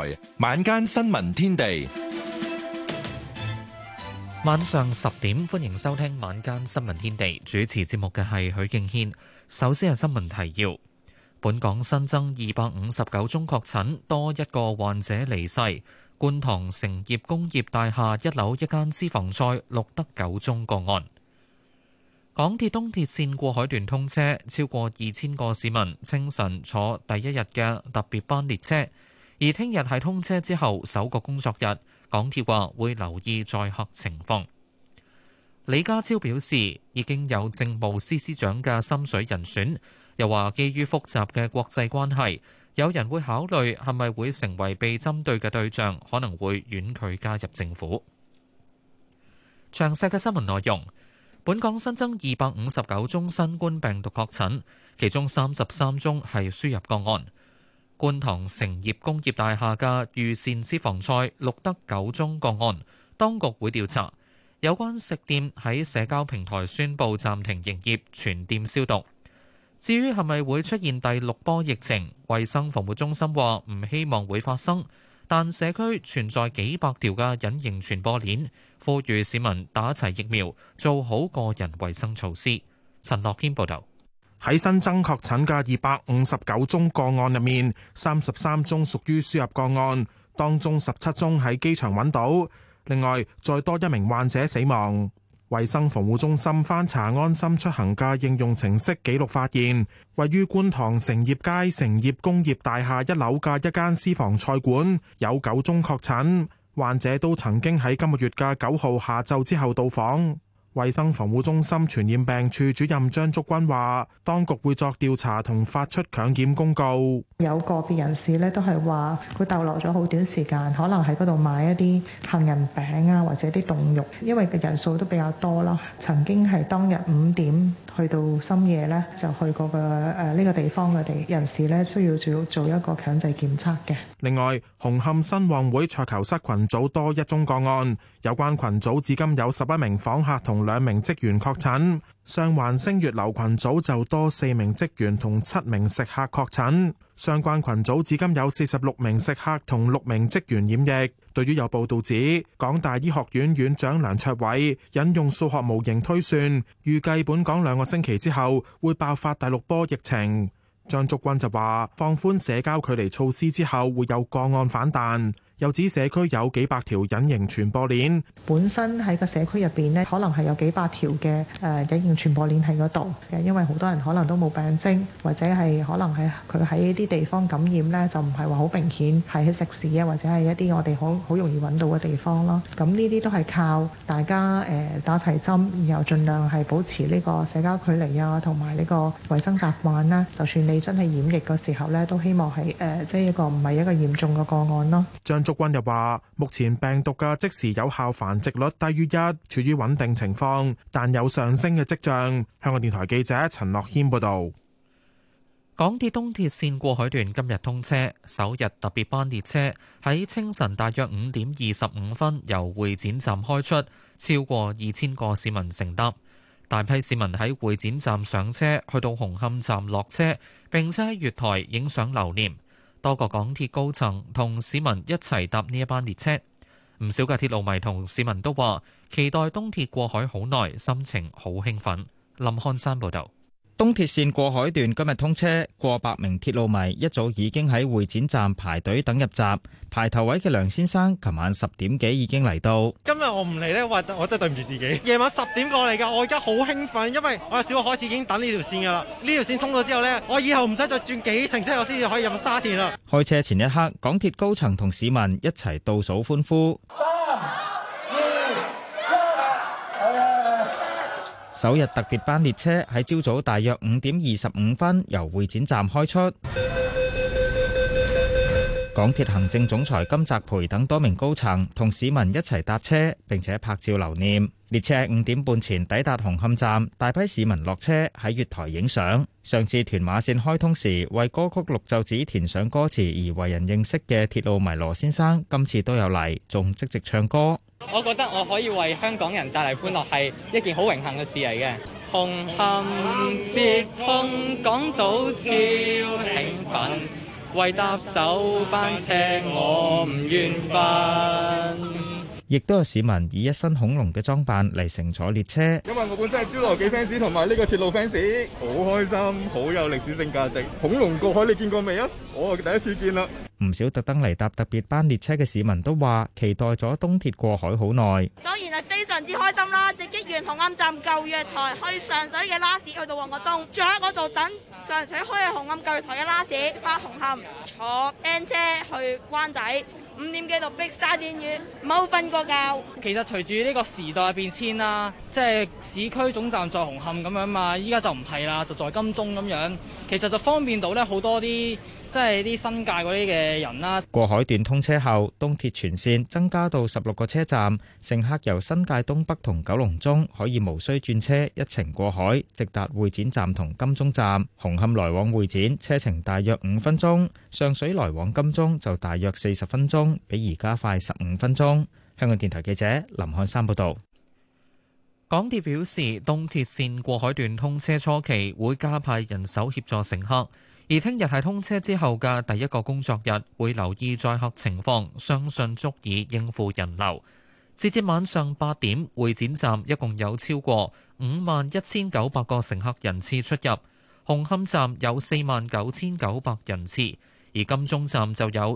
台晚間新聞天地， 晚上10點，歡迎收聽晚間新聞天地。主持節目嘅係許敬軒。首先係新聞提要：本港新增259宗確診，多一個患者離世。觀塘成業工業大廈1樓一間私房菜錄得9宗個案。港鐵東鐵線過海段通車，超過2000個市民清晨坐第一日嘅特別班列車，而聽日係通車之後首個工作日，港鐵話會留意載客情況。李家超表示，已經有政務司司長嘅心水人選，又話基於複雜嘅國際關係，有人會考慮係咪會成為被針對嘅對象，可能會婉拒加入政府。詳細嘅新聞內容。本港新增259宗新冠病毒確診，其中33宗係輸入個案。觀塘成業工業大廈嘅御膳私房菜錄得9宗個案，當局會調查有關食店喺社交平台宣布暫停營業，全店消毒。至於係咪會出現第6波疫情，衛生防護中心話唔希望會發生，但社區存在幾百條嘅隱形傳播鏈，呼籲市民打齊疫苗，做好個人衛生措施。陳樂軒報導。 喺新增確診嘅259宗個案入面，33宗屬於輸入個案，當中17宗喺機場揾到，另外再多1名患者死亡。衛生防護中心翻查安心出行嘅應用程式記錄，發現位於觀塘成業街成業工業大廈1樓嘅一間私房菜館有9宗確診，患者都曾經喺今個月嘅9號下晝之後到訪。衛生防護中心傳染病處主任張竹君話，當局會作調查同發出強檢公告。 有個別人士咧都係話佢逗留咗好短時間，可能喺嗰度買一啲杏仁餅啊，或者啲凍肉，因為嘅人數都比較多啦。曾經係當日5點去到深夜咧，就去過呢個地方嘅人士咧，需要做一個強制檢測嘅。 另外，紅磡新旺會桌球室群組多1宗個案，有關群組至今有11名訪客同2名職員確診。上環星月樓群組就多4名職員同7名食客確診。相關群組至今有46名食客同6名職員染疫。對於有報道指港大醫學院院長梁卓偉引用數學模型推算，預計本港2個星期之後會爆發第6波疫情。張竹君就話，放寬社交距離措施之後會有個案反彈。又指社區有幾百條隱形傳播鏈， 本身喺個社區入邊呢，可能係有幾百條嘅隱形傳播鏈喺嗰度嘅，因為好多人可能都冇病徵，或者係可能係佢喺呢啲地方感染呢，就唔係話好明顯係喺食肆啊，或者係一啲我哋好容易揾到嘅地方咯。咁呢啲都係靠大家打齊針，然後盡量係保持呢個社交距離啊，同埋呢個衞生習慣啦。就算你真係染疫嘅時候呢，都希望係即係一個唔係一個嚴重嘅個案咯。 張竹君又話，目前病毒嘅即時有效繁殖率低於1，處於穩定情況，但有上升嘅跡象。香港電台記者陳樂軒報導。 港鐵東鐵線過海段今日通車，首日特別班列車喺清晨大約5點25分由會展站開出，超過2000個市民乘搭。大批市民喺會展站上車，去到紅磡站落車，並且喺月台影相留念。多個港鐵高層同市民一齊搭呢一班列車，唔少嘅鐵路迷同市民都話期待東鐵過海好耐，心情好興奮。林漢山報導。 東鐵線過海段今日通車，過百名鐵路迷一早已經喺會展站排隊等入閘。排頭位嘅梁先生，琴晚10點幾已經嚟到。 今日我唔嚟呢，我真係對唔住自己。夜晚10點過嚟㗎，我而家好興奮，因為我由小學開始已經等呢條線㗎啦。呢條線通咗之後呢，我以後唔使再轉幾程車，我先至可以入沙田啦。 開車前一刻，港鐵高層同市民一齊倒數歡呼。首日特別班列車喺朝早大約5點25分由會展站開出。港鐵行政總裁金澤培等多名高層同市民一齊搭車，並且拍照留念。列車喺5點半前抵達紅磡站，大批市民落車喺月台影相。上次屯馬線開通時為歌曲綠袖子填上歌詞而為人認識嘅鐵路迷羅先生，今次都有嚟，仲即席唱歌。 我覺得我可以為香港人帶嚟歡樂係一件好榮幸嘅事嚟嘅。紅磡接通港島超興奮， 為搭首班車我唔願瞓。 亦都有市民以一身恐龍嘅裝扮嚟乘坐列車， 因為我本身係侏羅紀 fans 同埋呢個鐵路 fans，好開心，好有歷史性價值。恐龍過海你見過未啊？我第一次見啦。 唔少特登嚟搭特別班列車嘅市民都話，期待咗東鐵過海好耐。 當然係非常之開心啦！直擊完紅磡站舊月台去上水嘅巴士去到旺角東，再喺嗰度等上水開去紅磡舊月台嘅巴士返紅磡，坐 N 車去灣仔。5點幾度逼沙甸魚，冇瞓過覺。 其實隨住呢個時代變遷啦，即係市區總站在紅磡咁樣嘛，依家就唔係啦，就在金鐘咁樣。其實就方便到咧好多啲即係啲新界嗰啲嘅人啦。 過海段通車後，東鐵全線增加到16個車站，乘客由新界東北同九龍中可以無需轉車一程過海，直達會展站同金鐘站。紅磡來往會展車程大約5分鐘，上水來往金鐘就大約40分鐘，比而家快15分鐘。香港電台記者林漢山報導。 港鐵表示，東鐵線過海段通車初期會加派人手協助乘客，而聽日係通車之後嘅第一個工作日，會留意載客情況，相信足以應付人流。截至晚上8點，會展站一共有超過51,900個乘客人次出入，紅磡站有49,900人次，而金鐘站就有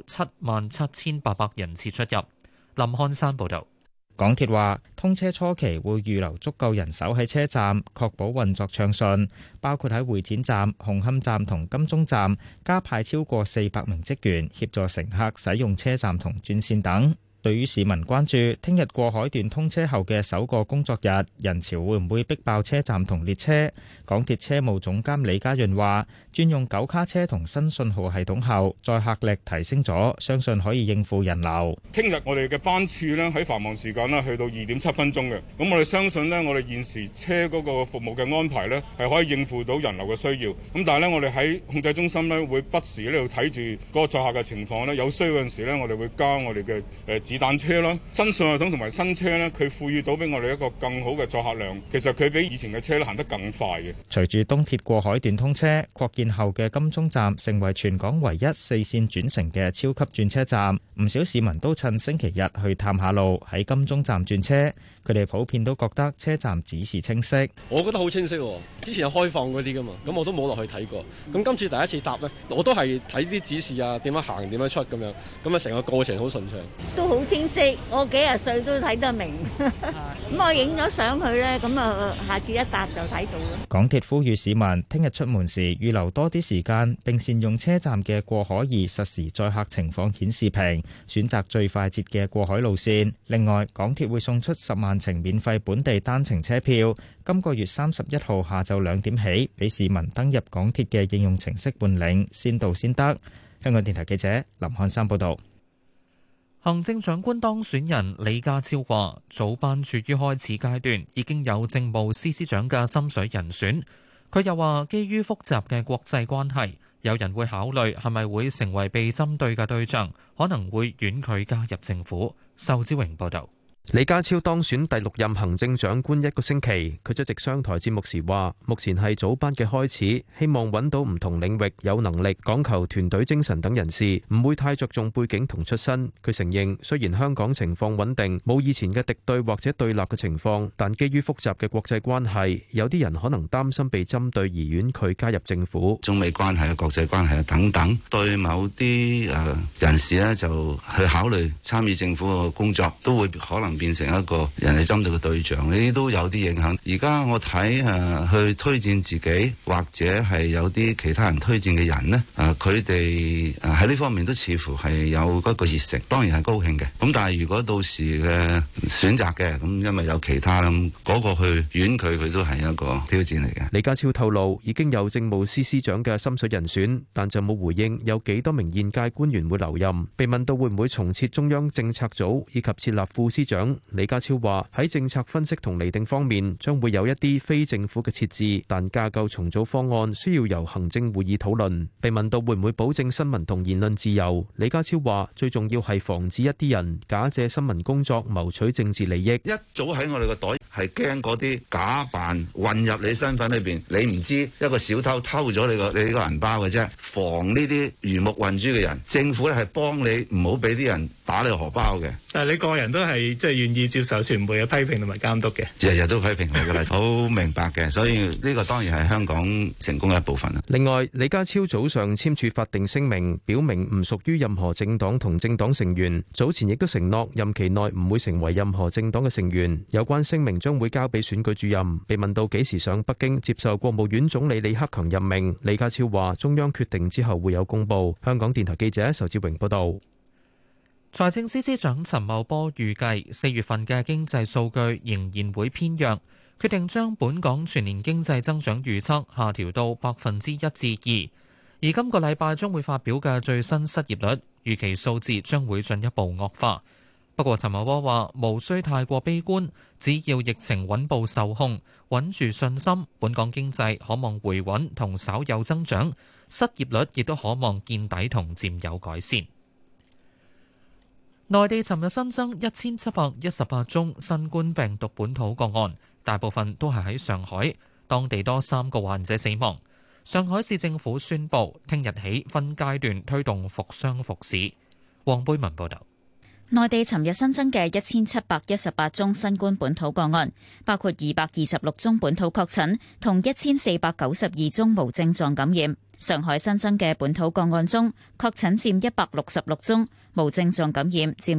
77,800人次出入。林漢山報導。 港鐵話，通車初期會預留足夠人手喺車站，確保運作暢順，包括喺會展站、紅磡站同金鐘站加派超過400名職員協助乘客使用車站同轉線等。對於市民關注聽日過海段通車後嘅首個工作日，人潮會唔會逼爆車站同列車？港鐵車務總監李家潤話，轉用9卡車同新信號系統後，載客力提升咗，相信可以應付人流。 聽日我哋嘅班次呢，喺繁忙時間呢去到2點7分鐘嘅，咁我哋相信呢，我哋現時車嗰個服務嘅安排呢，係可以應付到人流嘅需要。咁但係呢，我哋喺控制中心呢，會不時呢度睇住嗰個載客嘅情況呢，有需要嗰陣時呢，我哋會加我哋嘅子彈車啦，新信系統同埋新車呢，佢賦予到俾我哋一個更好嘅載客量。其實佢比以前嘅車咧行得更快嘅。 隨住東鐵過海段通車，擴建後嘅金鐘站成為全港唯一4線轉乘嘅超級轉車站。唔少市民都趁星期日去探下路，喺金鐘站轉車。佢哋普遍都覺得車站指示清晰。 我覺得好清晰喎，之前有開放嗰啲噶嘛，咁我都冇落去睇過。咁今次第一次搭呢，我都係睇啲指示啊，點樣行點樣出咁樣，咁啊成個過程好順暢， 都好清晰。我幾廿歲都睇得明，咁我影咗相去呢，咁啊下次一搭就睇到啦。 港鐵呼籲市民聽日出門時預留多啲時間，並善用車站嘅過海易實時載客情況顯示屏，選擇最快捷嘅過海路線。另外，港鐵會送出10萬程免費本地單程車票，今個月31號下晝2點起，俾市民登入港鐵嘅應用程式換領，先到先得。香港電台記者林漢山報導。 行政長官當選人李家超話，組班處於開始階段，已經有政務司司長嘅心水人選。佢又話，基於複雜嘅國際關係，有人會考慮係咪會成為被針對嘅對象，可能會婉拒加入政府。仇志榮報導。 李家超當選第6任行政長官1個星期，佢出席商台節目時話，目前係組班嘅開始，希望揾到唔同領域有能力、講求團隊精神等人士，唔會太着重背景同出身。佢承認，雖然香港情況穩定，冇以前嘅敵對或者對立嘅情況，但基於複雜嘅國際關係，有啲人可能擔心被針對而婉拒加入政府。 中美關係啊、國際關係啊等等，對某啲人士呢，就去考慮參與政府嘅工作，都會可能變成一個人哋針對嘅對象，呢啲都有啲影響。而家我睇去推薦自己，或者係有啲其他人推薦嘅人呢，佢哋喺呢方面都似乎係有嗰個熱誠，當然係高興嘅。咁但係如果到時嘅選擇嘅，咁因為有其他咁嗰個去婉拒佢都係一個挑戰嚟嘅。 李家超透露已經有政務司司長嘅心水人選，但就冇回應有幾多名現屆官員會留任。被問到會唔會重設中央政策組以及設立副司長，李家超話喺政策分析同釐定方面將會有一啲非政府嘅設置，但架構重組方案需要由行政會議討論。被問到會唔會保證新聞同言論自由，李家超話最重要係防止一啲人假借新聞工作謀取政治利益。 一早喺我哋個袋係驚嗰啲假扮混入你身份裏邊，你唔知一個小偷偷咗你個銀包嘅啫。防呢啲魚目混珠嘅人，政府咧係幫你唔好俾啲人打你荷包嘅。 但係你個人都係即係願意接受傳媒嘅批評同埋監督嘅， 日日都批評佢噶啦，好明白嘅。所以呢個當然係香港成功嘅一部分啦。 另外，李家超早上簽署法定聲明，表明唔屬於任何政黨同政黨成員。早前亦都承諾任期內唔會成為任何政黨嘅成員。有關聲明將會交俾選舉主任。被問到幾時上北京接受國務院總理李克強任命，李家超話中央決定之後會有公佈。香港電台記者仇志榮報導。 財政司司長陳茂波預計4月份嘅經濟數據仍然會偏弱，決定將本港全年經濟增長預測下調到1%至2%。而今個禮拜將會發表嘅最新失業率預期數字將會進一步惡化。不過陳茂波話無需太過悲觀，只要疫情穩步受控，穩住信心，本港經濟可望回穩同稍有增長，失業率亦都可望見底同漸有改善。內地尋日新增1718宗新冠病毒本土個案，大部分都係喺上海，當地多3個患者死亡。上海市政府宣布，聽日起分階段推動復商復市。黃貝文報導。 內地尋日新增嘅1718宗新冠本土個案，包括226宗本土確診同1492宗無症狀感染。上海新增嘅本土個案中，確診佔166宗，無症狀感染佔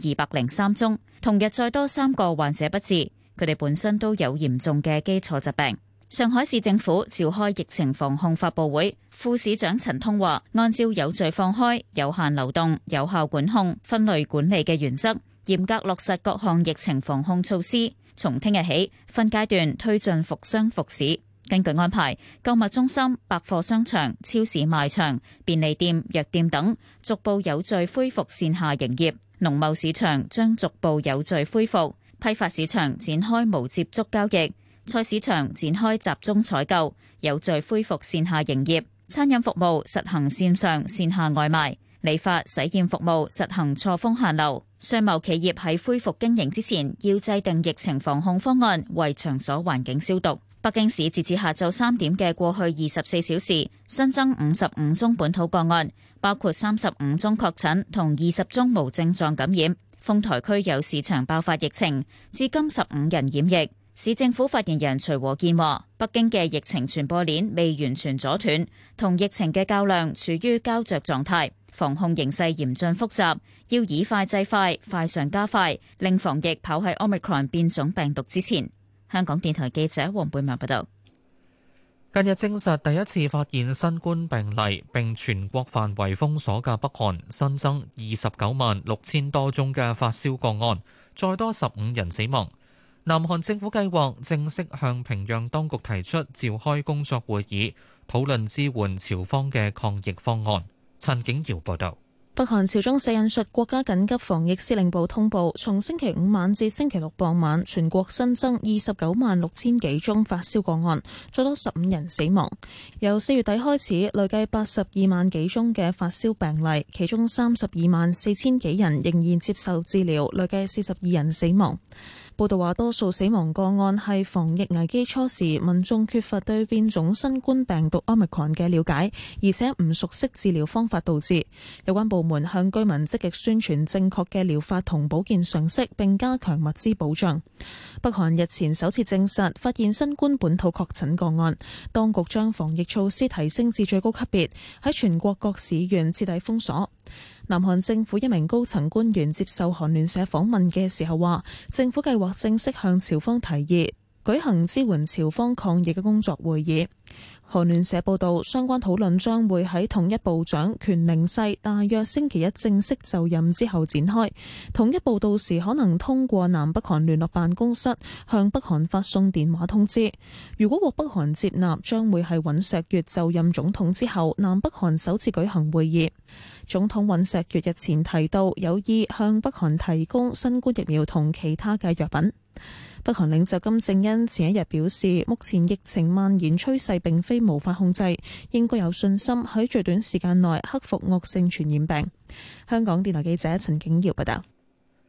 1203宗。同日再多3個患者不治，佢哋本身都有嚴重嘅基礎疾病。上海市政府召開疫情防控發佈會，副市長陳通話，按照有序放開、有限流動、有效管控、分類管理嘅原則，嚴格落實各項疫情防控措施。從聽日起，分階段推進復商復市。根據安排，購物中心、百貨商場、超市賣場、便利店、藥店等逐步有序恢復線下營業，農貿市場將逐步有序恢復，批發市場展開無接觸交易，菜市場展開集中採購，有序恢復線下營業，餐飲服務實行線上線下外賣，理髮洗驗服務實行錯峰限流。商貿企業喺恢復經營之前，要制定疫情防控方案，為場所環境消毒。北京市截至下晝3點嘅過去24小時，新增55宗本土個案，包括35宗確診同20宗無症狀感染。豐台區有市場爆發疫情，至今15人染疫。市政府發言人徐和建話，北京嘅疫情傳播鏈未完全阻斷，同疫情嘅較量處於膠着狀態，防控形勢嚴峻複雜，要以快制快，快上加快，令防疫跑喺 Omicron 變種病毒之前。香港電台記者黃貝文報道。 近日證實第一次發現新冠病例，並全國範圍封鎖嘅北韓新增296000多宗嘅發燒個案，再多15人死亡。南韓政府計劃正式向平壤當局提出召開工作會議，討論支援朝方嘅抗疫方案。陳景堯報道。 北韓朝中社引述國家緊急防疫司令部通報，從星期五晚至星期六傍晚，全國新增296000幾宗發燒個案，再多15人死亡。由4月底開始，累計82萬幾宗嘅發燒病例，其中32萬4000幾人仍然接受治療，累計42人死亡。報道話，多數死亡個案係防疫危機初時民眾缺乏對變種新冠病毒 Omicron 嘅了解，而且唔熟悉治療方法導致。有關部門向居民積極宣傳正確嘅療法同保健常識，並加強物資保障。北韓日前首次證實發現新冠本土確診個案，當局將防疫措施提升至最高級別，喺全國各市縣徹底封鎖。南韓政府一名高層官員接受韓聯社訪問嘅時候話，政府計劃正式向朝方提議舉行支援朝方抗疫嘅工作會議。韓聯社報道，相關討論將會喺統一部長權寧世大約星期一正式就任之後展開。統一部到時可能通過南北韓聯絡辦公室向北韓發送電話通知。如果獲北韓接納，將會係尹錫悅就任總統之後南北韓首次舉行會議。總統尹錫悅日前提到有意向北韓提供新冠疫苗同其他嘅藥品。北韓領袖金正恩前一日表示，目前疫情蔓延趨勢並非無法控制，應該有信心喺最短時間內克服惡性傳染病。香港電台記者陳景瑤報道。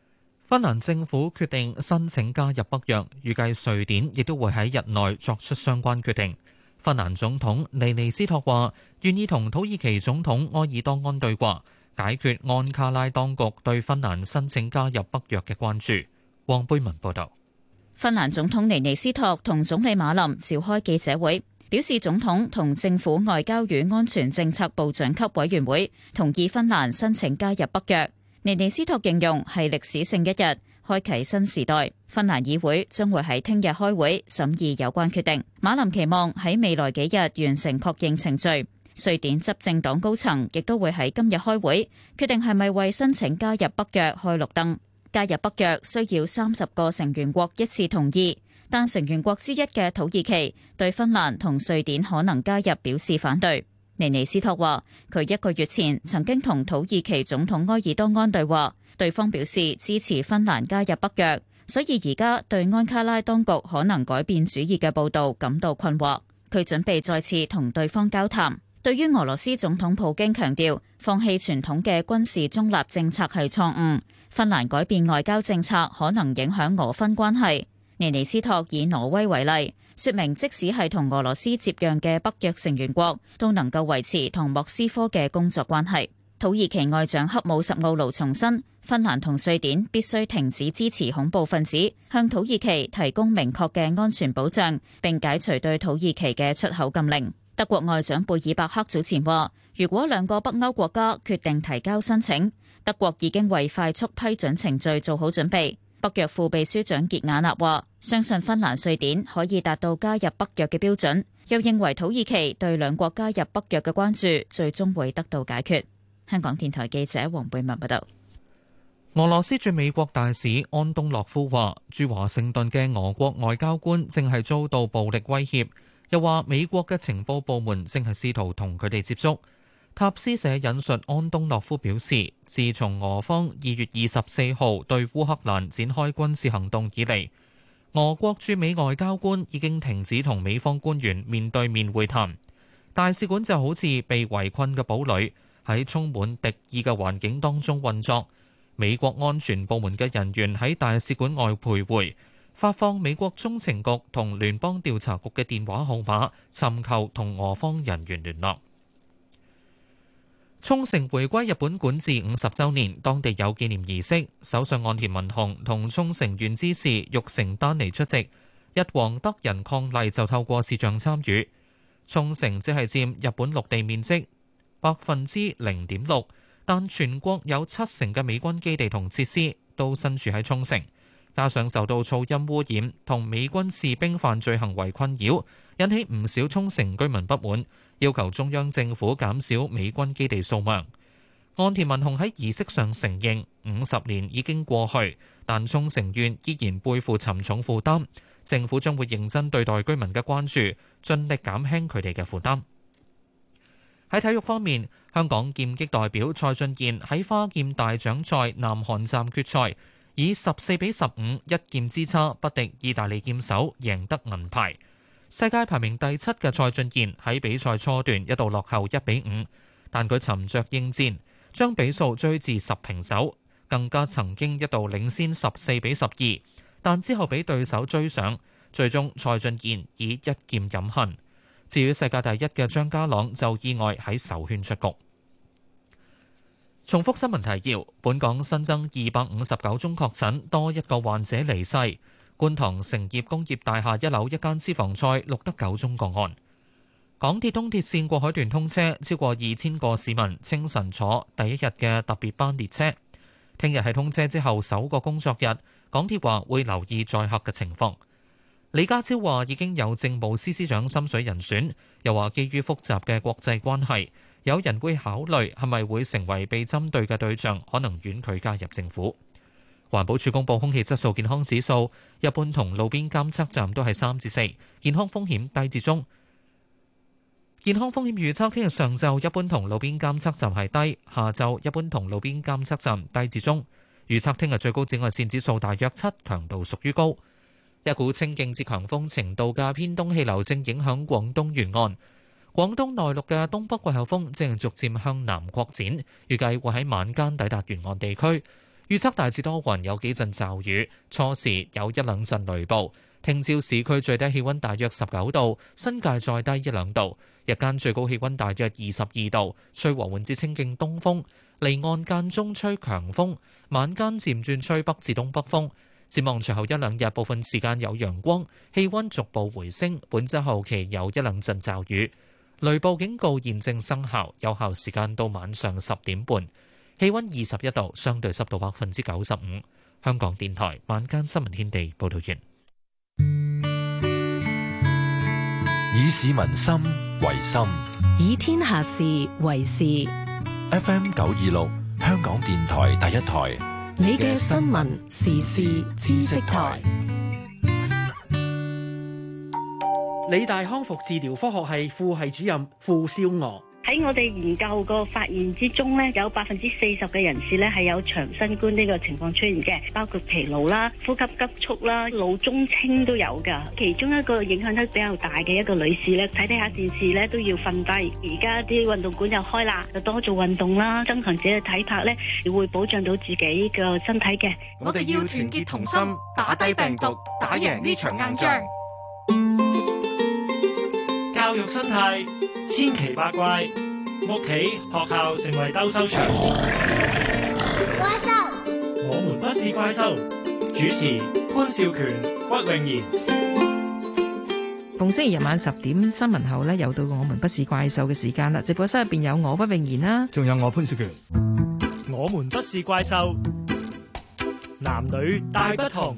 芬蘭政府決定申請加入北約，預計瑞典亦都會喺日內作出相關決定。芬蘭總統尼尼斯托話願意同土耳其總統埃爾多安對話，解決安卡拉當局對芬蘭申請加入北約嘅關注。黃貝文報導。 芬蘭總統尼尼斯托同總理馬林召開記者會，表示總統同政府外交與安全政策部長級委員會同意芬蘭申請加入北約。尼尼斯托形容係歷史性一日，開啟新時代。芬蘭議會將會喺聽日開會審議有關決定。馬林期望喺未來幾日完成確認程序。瑞典執政黨高層亦都會喺今日開會，決定係咪為申請加入北約開綠燈。加入北約需要30個成員國一致同意，但成員國之一嘅土耳其對芬蘭同瑞典可能加入表示反對。尼尼斯托話佢1個月前曾經同土耳其總統埃爾多安對話，對方表示支持芬蘭加入北約，所以而家對安卡拉當局可能改變主意嘅報導感到困惑。佢準備再次同對方交談。對於俄羅斯總統普京強調放棄傳統嘅軍事中立政策係錯誤，芬蘭改變外交政策可能影響俄芬關係。尼尼斯托以挪威為例，說明即使係同俄羅斯接壤嘅北約成員國，都能夠維持同莫斯科嘅工作關係。土耳其外長克武什奧盧重申，芬蘭同瑞典必須停止支持恐怖分子，向土耳其提供明確嘅安全保障，並解除對土耳其嘅出口禁令。德國外長貝爾伯克早前話，如果2個北歐國家決定提交申請，德國已經為快速批准程序做好準備。北約副秘書長傑瓦納話，相信芬蘭、瑞典可以達到加入北約嘅標準，又認為土耳其對2國加入北約嘅關注最終會得到解決。香港電台記者黃貝文報道。 俄羅斯駐美國大使安東諾夫話，駐華盛頓嘅俄國外交官正係遭到暴力威脅，又話美國嘅情報部門正係試圖同佢哋接觸。塔斯社引述安東諾夫表示，自從俄方2月24號對烏克蘭展開軍事行動以嚟，俄國駐美外交官已經停止同美方官員面對面會談，大使館就好似被圍困嘅堡壘，喺充滿敵意嘅環境當中運作。美國安全部門嘅人員喺大使館外徘徊，發放美國中情局同聯邦調查局嘅電話號碼，尋求同俄方人員聯絡。沖繩回歸日本管治50週年，當地有紀念儀式，首相岸田文雄同沖繩縣知事玉城丹尼出席，日皇德仁伉儷就透過視像參與。沖繩只係佔日本陸地面積0.6%，但全國有70%嘅美軍基地同設施都身處喺沖繩，加上受到噪音污染同美軍士兵犯罪行為困擾，引起唔少沖繩居民不滿，要求中央政府減少美軍基地數量。岸田文雄喺儀式上承認50年已經過去，但沖繩縣依然背負沉重負擔，政府將會認真對待居民嘅關注，盡力減輕佢哋嘅負擔。喺體育方面，香港劍擊代表蔡俊彥喺花劍大獎賽南韓站決賽以14-15一劍之差不敵意大利劍手，贏得銀牌。世界排名第7嘅蔡俊彥喺比賽初段一度落後1-5，但佢沉着應戰，將比數追至10平手，更加曾經一度領先14-12，但之後俾對手追上，最終蔡俊彥以一劍飲恨。至於世界第1嘅張家朗就意外喺首圈出局。重複新聞提要：本港新增259宗確診，多1個患者離世。觀塘成業工業大廈1樓一間脂肪菜錄得9宗個案。港鐵東鐵線過海段通車，超過2000個市民清晨坐第一日嘅特別班列車。聽日係通車之後首個工作日，港鐵話會留意載客嘅情況。李家超話已經有政務司司長心水人選，又話基於複雜嘅國際關係，有人會考慮係咪會成為被針對嘅對象，可能婉拒加入政府。環保署公布空氣質素健康指數，一般同路邊監測站都係3至4，健康風險低至中。健康風險預測聽日上晝一般同路邊監測站係低，下晝一般同路邊監測站低至中。預測聽日最高紫外線指數大約7，強度屬於高。一股清勁至強風程度嘅偏東氣流正影響廣東沿岸，廣東內陸嘅東北季候風正逐漸向南擴展，預計會喺晚間抵達沿岸地區。 預測大致多雲，有幾陣驟雨，初時有一兩陣雷暴。聽朝市區最低氣溫大約19度，新界再低1、2度。日間最高氣溫大約22度，吹和緩至清勁東風，離岸間中吹強風，晚間漸轉吹北至東北風。展望隨後一兩日，部分時間有陽光，氣溫逐步回升。本週後期有一兩陣驟雨，雷暴警告現正生效，有效時間到晚上10點半。氣溫21度，相對濕度95%。香港電台晚間新聞天地報道完。 以市民心為心， 以天下事為事。 FM 926，香港電台第一台， 你嘅新聞時事知識台。 理大康復治療科學系副系主任傅少娥。 喺我哋研究個發現之中咧，有40%嘅人士咧係有長新冠呢個情況出現嘅，包括疲勞啦、呼吸急促啦、腦中青都有噶。其中一個影響得比較大嘅一個女士咧，睇下電視咧都要瞓低。而家啲運動館又開啦，就多做運動啦，增強自己嘅體魄咧，會保障到自己嘅身體嘅。 我哋要團結同心，打低病毒，打贏呢場硬仗。 教育生態千奇百怪，屋企學校成為鬥獸場。 怪獸， 我們不是怪獸。主持潘少權、屈穎妍。 逢星期日晚10點新聞後呢，又到我們不是怪獸嘅時間啦。直播室入邊有我屈穎妍啦， 仲有我潘少權。 我們不是怪獸，男女大不同。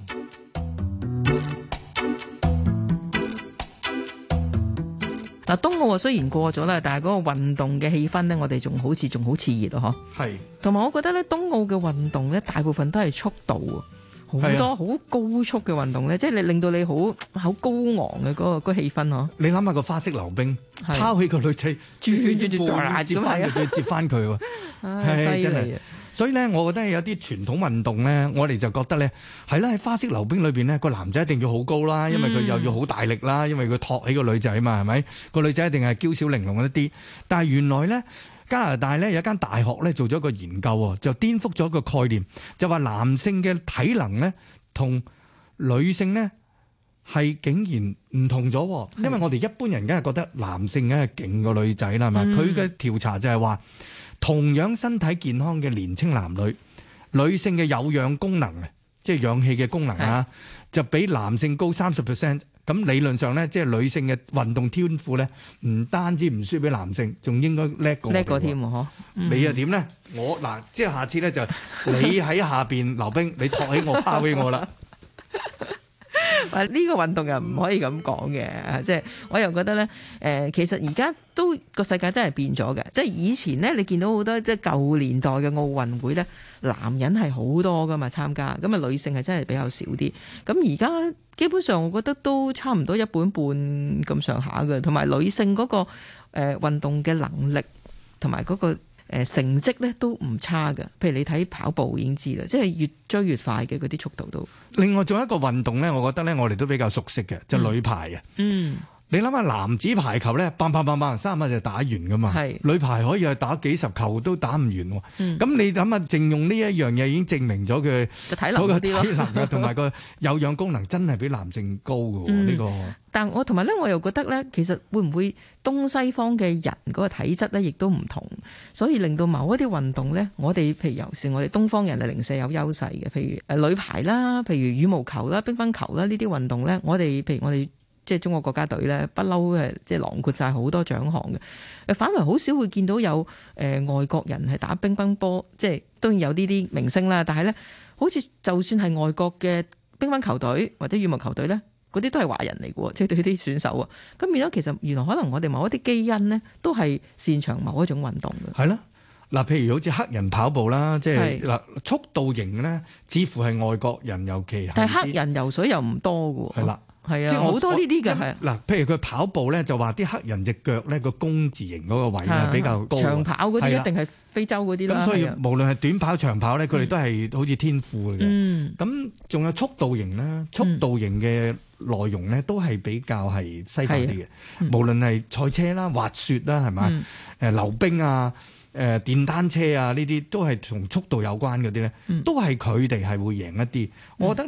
嗱，冬奧雖然過咗啦，但係嗰個運動嘅氣氛呢，我哋仲好熾熱咯，嗬。係。同埋我覺得咧，冬奧嘅運動咧，大部分都係速度，好多好高速嘅運動咧，即係你令到你好高昂嘅嗰個氣氛嗬。 你諗下個花式溜冰，拋起個女仔，轉接翻佢，再接翻佢喎，係真係。所以咧，我覺得有啲傳統運動咧，我哋就覺得咧，係啦，喺花式溜冰裏邊咧，個男仔一定要好高啦，因為佢又要好大力啦，因為佢托起個女仔嘛，係咪？個女仔一定係嬌小玲瓏一啲。但係原來咧，加拿大咧有一間大學咧做咗個研究喎，就顛覆咗個概念，就話男性嘅體能咧同女性咧係竟然唔同咗，因為我哋一般人梗係覺得男性梗係勁過女仔啦，係嘛？佢嘅調查就係話，同樣身體健康嘅年青男女，女性嘅有氧功能啊，即係氧氣嘅功能啊，就比男性高30%。咁理論上咧，即係女性嘅運動天賦咧，唔單止唔輸俾男性，仲應該叻過添喎，嗬？你又點咧？我嗱，即係下次咧就你喺下邊溜冰，你托起我拋起我啦。 呢個運動又唔可以咁講嘅，即係我又覺得咧，其實而家都個世界真係變咗嘅，即係以前咧，你見到好多即係舊年代嘅奧運會咧，男人係好多噶嘛參加，咁啊女性係真係比較少啲。咁而家基本上我覺得都差唔多一半半咁上下嘅，同埋女性嗰個運動嘅能力同埋嗰個成績咧都唔差嘅，譬如你睇跑步已經知啦，即係越追越快嘅嗰啲速度都。 另外仲有一個運動咧，我覺得咧我哋都比較熟悉嘅，就女排啊。你諗下男子排球咧，bang 3下就打完噶嘛。女排可以係打幾十球都打唔完喎。咁你諗下，淨用呢一樣嘢已經證明咗佢嗰個體能啊，同埋個有氧功能真係比男性高嘅喎。呢個。 但我同埋咧，我又覺得咧，其實會唔會東西方嘅人嗰個體質咧，亦都唔同，所以令到某一啲運動咧，我哋譬如尤其是我哋東方人係零舍有優勢嘅，譬如女排啦，譬如羽毛球啦、乒乓球啦呢啲運動咧，我哋即係中國國家隊咧，不嬲即係囊括晒好多獎項嘅。反為好少會見到有外國人係打乒乓波，即係當然有呢啲明星啦。但係咧，好似就算係外國嘅乒乓球隊或者羽毛球隊咧，嗰啲都係華人嚟嘅，即係對啲選手啊。咁變咗其實原來可能我哋某一啲基因咧，都係擅長某一種運動嘅。 係啦，嗱，譬如好似黑人跑步啦，即係嗱速度型咧，似乎係外國人尤其係。 但係黑人游水又唔多嘅。係啦。係啊，好多呢啲嘅係。嗱， 譬如佢跑步咧，就話啲黑人隻腳咧個弓字形嗰個位咧比較高。 長跑嗰啲一定係非洲嗰啲啦。 咁所以無論係短跑、長跑咧，佢哋都係好似天賦嚟嘅。咁仲有速度型啦，速度型嘅內容咧都係比較係西方啲嘅。無論係賽車啦、滑雪啦，係嘛？溜冰啊。 電單車啊呢啲都係同速度有關嗰啲咧，都係佢哋係會贏一啲。我覺得